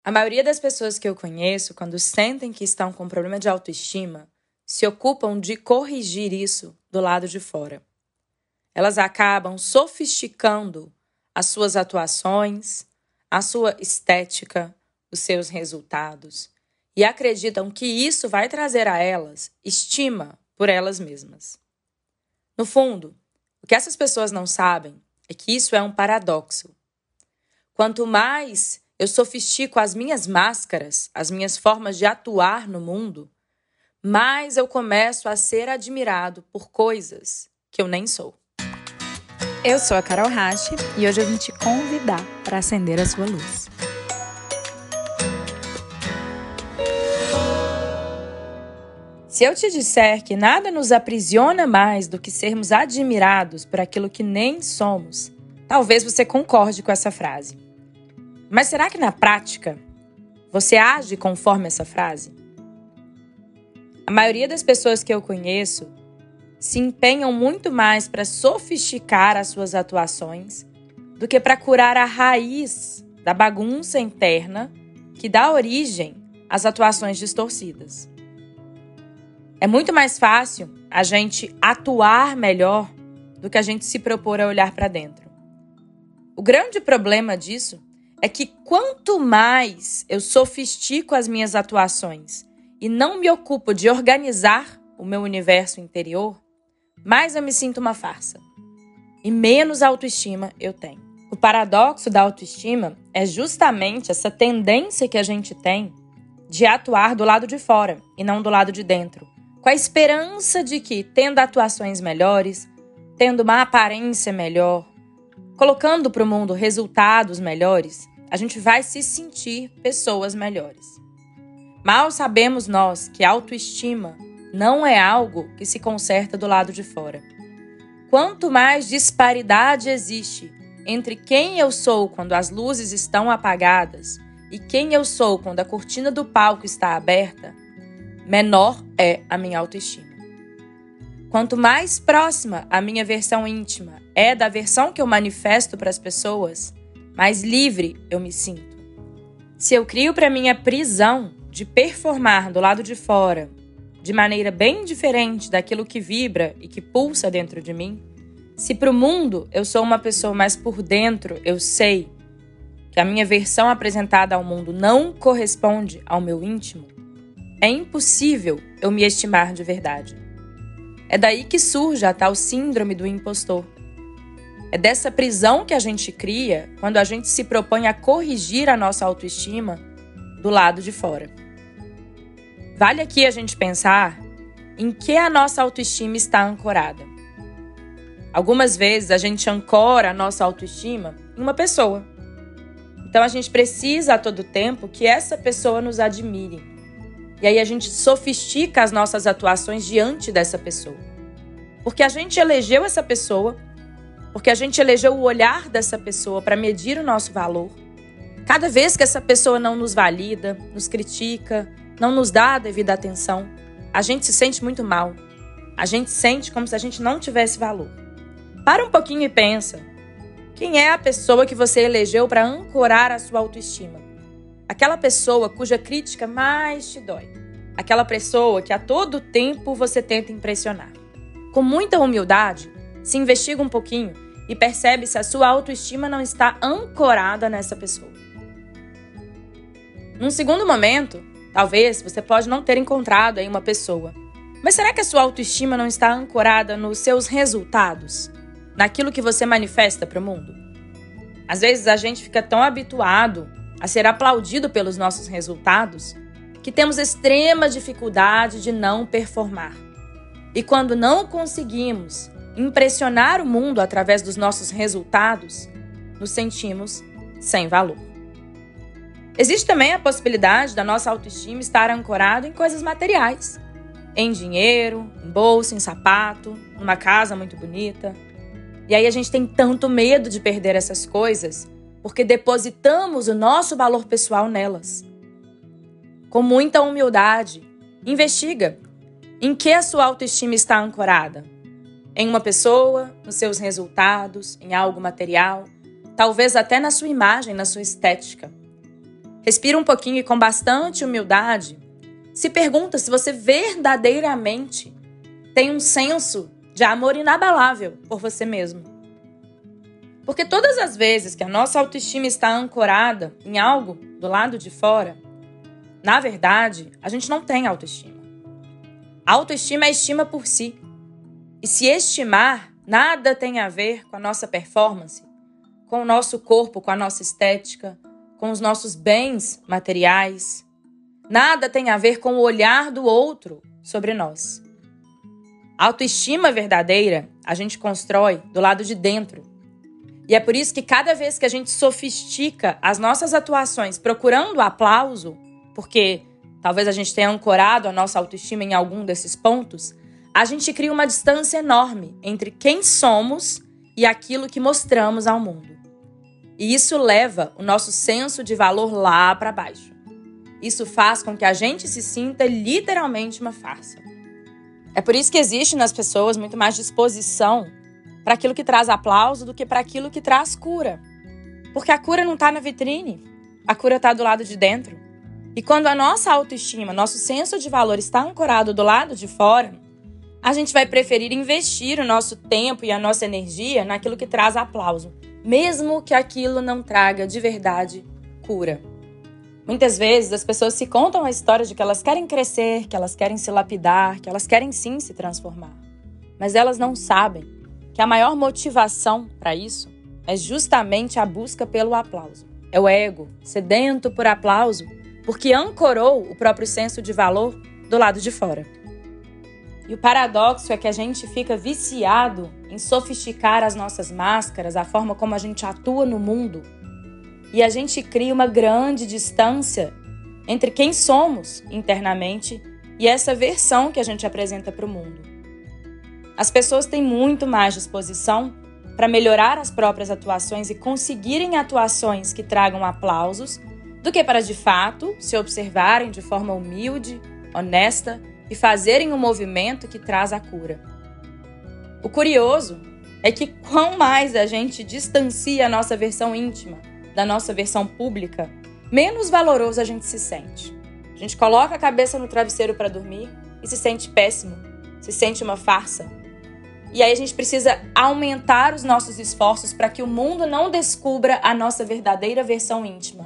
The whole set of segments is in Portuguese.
A maioria das pessoas que eu conheço, quando sentem que estão com problema de autoestima, se ocupam de corrigir isso do lado de fora. Elas acabam sofisticando as suas atuações, a sua estética, os seus resultados e acreditam que isso vai trazer a elas estima por elas mesmas. No fundo, o que essas pessoas não sabem é que isso é um paradoxo. Quanto mais eu sofistico as minhas máscaras, as minhas formas de atuar no mundo, mais eu começo a ser admirado por coisas que eu nem sou. Eu sou a Carol Rache e hoje eu vim te convidar para acender a sua luz. Se eu te disser que nada nos aprisiona mais do que sermos admirados por aquilo que nem somos, talvez você concorde com essa frase. Mas será que na prática você age conforme essa frase? A maioria das pessoas que eu conheço se empenham muito mais para sofisticar as suas atuações do que para curar a raiz da bagunça interna que dá origem às atuações distorcidas. É muito mais fácil a gente atuar melhor do que a gente se propor a olhar para dentro. O grande problema disso é que quanto mais eu sofistico as minhas atuações e não me ocupo de organizar o meu universo interior, mais eu me sinto uma farsa e menos autoestima eu tenho. O paradoxo da autoestima é justamente essa tendência que a gente tem de atuar do lado de fora e não do lado de dentro, com a esperança de que, tendo atuações melhores, tendo uma aparência melhor, colocando para o mundo resultados melhores, a gente vai se sentir pessoas melhores. Mal sabemos nós que autoestima não é algo que se conserta do lado de fora. Quanto mais disparidade existe entre quem eu sou quando as luzes estão apagadas e quem eu sou quando a cortina do palco está aberta, menor é a minha autoestima. Quanto mais próxima a minha versão íntima é da versão que eu manifesto para as pessoas, mais livre eu me sinto. Se eu crio para mim a prisão de performar do lado de fora, de maneira bem diferente daquilo que vibra e que pulsa dentro de mim, se para o mundo eu sou uma pessoa mais por dentro, eu sei que a minha versão apresentada ao mundo não corresponde ao meu íntimo, é impossível eu me estimar de verdade. É daí que surge a tal síndrome do impostor. É dessa prisão que a gente cria quando a gente se propõe a corrigir a nossa autoestima do lado de fora. Vale aqui a gente pensar em que a nossa autoestima está ancorada. Algumas vezes a gente ancora a nossa autoestima em uma pessoa. Então a gente precisa a todo tempo que essa pessoa nos admire. E aí a gente sofistica as nossas atuações diante dessa pessoa. Porque a gente elegeu essa pessoa, porque a gente elegeu o olhar dessa pessoa para medir o nosso valor. Cada vez que essa pessoa não nos valida, nos critica, não nos dá a devida atenção, a gente se sente muito mal. A gente sente como se a gente não tivesse valor. Para um pouquinho e pensa. Quem é a pessoa que você elegeu para ancorar a sua autoestima? Aquela pessoa cuja crítica mais te dói. Aquela pessoa que a todo tempo você tenta impressionar. Com muita humildade, se investiga um pouquinho e percebe se a sua autoestima não está ancorada nessa pessoa. Num segundo momento, talvez você pode não ter encontrado aí uma pessoa. Mas será que a sua autoestima não está ancorada nos seus resultados? Naquilo que você manifesta para o mundo? Às vezes a gente fica tão habituado a ser aplaudido pelos nossos resultados que temos extrema dificuldade de não performar. E quando não conseguimos impressionar o mundo através dos nossos resultados, nos sentimos sem valor. Existe também a possibilidade da nossa autoestima estar ancorada em coisas materiais. Em dinheiro, em bolsa, em sapato, numa casa muito bonita. E aí a gente tem tanto medo de perder essas coisas porque depositamos o nosso valor pessoal nelas. Com muita humildade, investiga em que a sua autoestima está ancorada. Em uma pessoa, nos seus resultados, em algo material, talvez até na sua imagem, na sua estética. Respira um pouquinho e com bastante humildade, se pergunta se você verdadeiramente tem um senso de amor inabalável por você mesmo. Porque todas as vezes que a nossa autoestima está ancorada em algo do lado de fora, na verdade, a gente não tem autoestima. A autoestima é estima por si. E se estimar nada tem a ver com a nossa performance, com o nosso corpo, com a nossa estética, com os nossos bens materiais. Nada tem a ver com o olhar do outro sobre nós. A autoestima verdadeira a gente constrói do lado de dentro. E é por isso que cada vez que a gente sofistica as nossas atuações procurando aplauso, porque talvez a gente tenha ancorado a nossa autoestima em algum desses pontos, a gente cria uma distância enorme entre quem somos e aquilo que mostramos ao mundo. E isso leva o nosso senso de valor lá para baixo. Isso faz com que a gente se sinta literalmente uma farsa. É por isso que existe nas pessoas muito mais disposição para aquilo que traz aplauso do que para aquilo que traz cura. Porque a cura não está na vitrine, a cura está do lado de dentro. E quando a nossa autoestima, nosso senso de valor está ancorado do lado de fora, a gente vai preferir investir o nosso tempo e a nossa energia naquilo que traz aplauso, mesmo que aquilo não traga de verdade cura. Muitas vezes as pessoas se contam a história de que elas querem crescer, que elas querem se lapidar, que elas querem sim se transformar. Mas elas não sabem que a maior motivação para isso é justamente a busca pelo aplauso. É o ego, sedento por aplauso, porque ancorou o próprio senso de valor do lado de fora. E o paradoxo é que a gente fica viciado em sofisticar as nossas máscaras, a forma como a gente atua no mundo, e a gente cria uma grande distância entre quem somos internamente e essa versão que a gente apresenta para o mundo. As pessoas têm muito mais disposição para melhorar as próprias atuações e conseguirem atuações que tragam aplausos do que para, de fato, se observarem de forma humilde, honesta e fazerem um movimento que traz a cura. O curioso é que quanto mais a gente distancia a nossa versão íntima da nossa versão pública, menos valoroso a gente se sente. A gente coloca a cabeça no travesseiro para dormir e se sente péssimo, se sente uma farsa. E aí a gente precisa aumentar os nossos esforços para que o mundo não descubra a nossa verdadeira versão íntima.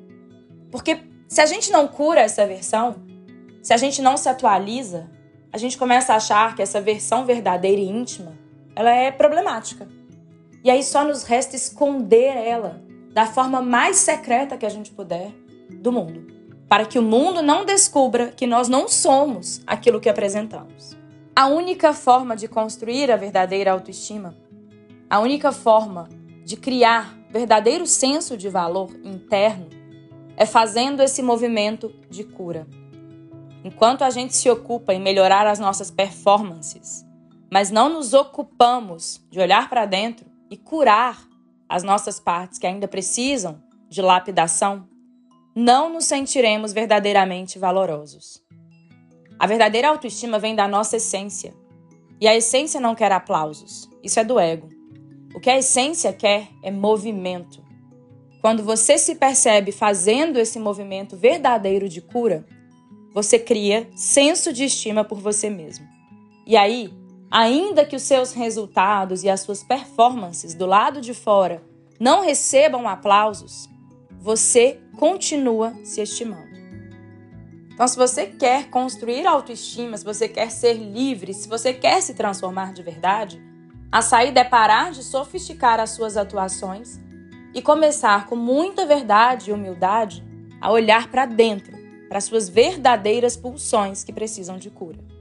Porque se a gente não cura essa versão, se a gente não se atualiza, a gente começa a achar que essa versão verdadeira e íntima, ela é problemática. E aí só nos resta esconder ela da forma mais secreta que a gente puder do mundo, para que o mundo não descubra que nós não somos aquilo que apresentamos. A única forma de construir a verdadeira autoestima, a única forma de criar verdadeiro senso de valor interno é fazendo esse movimento de cura. Enquanto a gente se ocupa em melhorar as nossas performances, mas não nos ocupamos de olhar para dentro e curar as nossas partes que ainda precisam de lapidação, não nos sentiremos verdadeiramente valorosos. A verdadeira autoestima vem da nossa essência. E a essência não quer aplausos. Isso é do ego. O que a essência quer é movimento. Quando você se percebe fazendo esse movimento verdadeiro de cura, você cria senso de estima por você mesmo. E aí, ainda que os seus resultados e as suas performances do lado de fora não recebam aplausos, você continua se estimando. Então, se você quer construir autoestima, se você quer ser livre, se você quer se transformar de verdade, a saída é parar de sofisticar as suas atuações e começar com muita verdade e humildade a olhar para dentro, para suas verdadeiras pulsões que precisam de cura.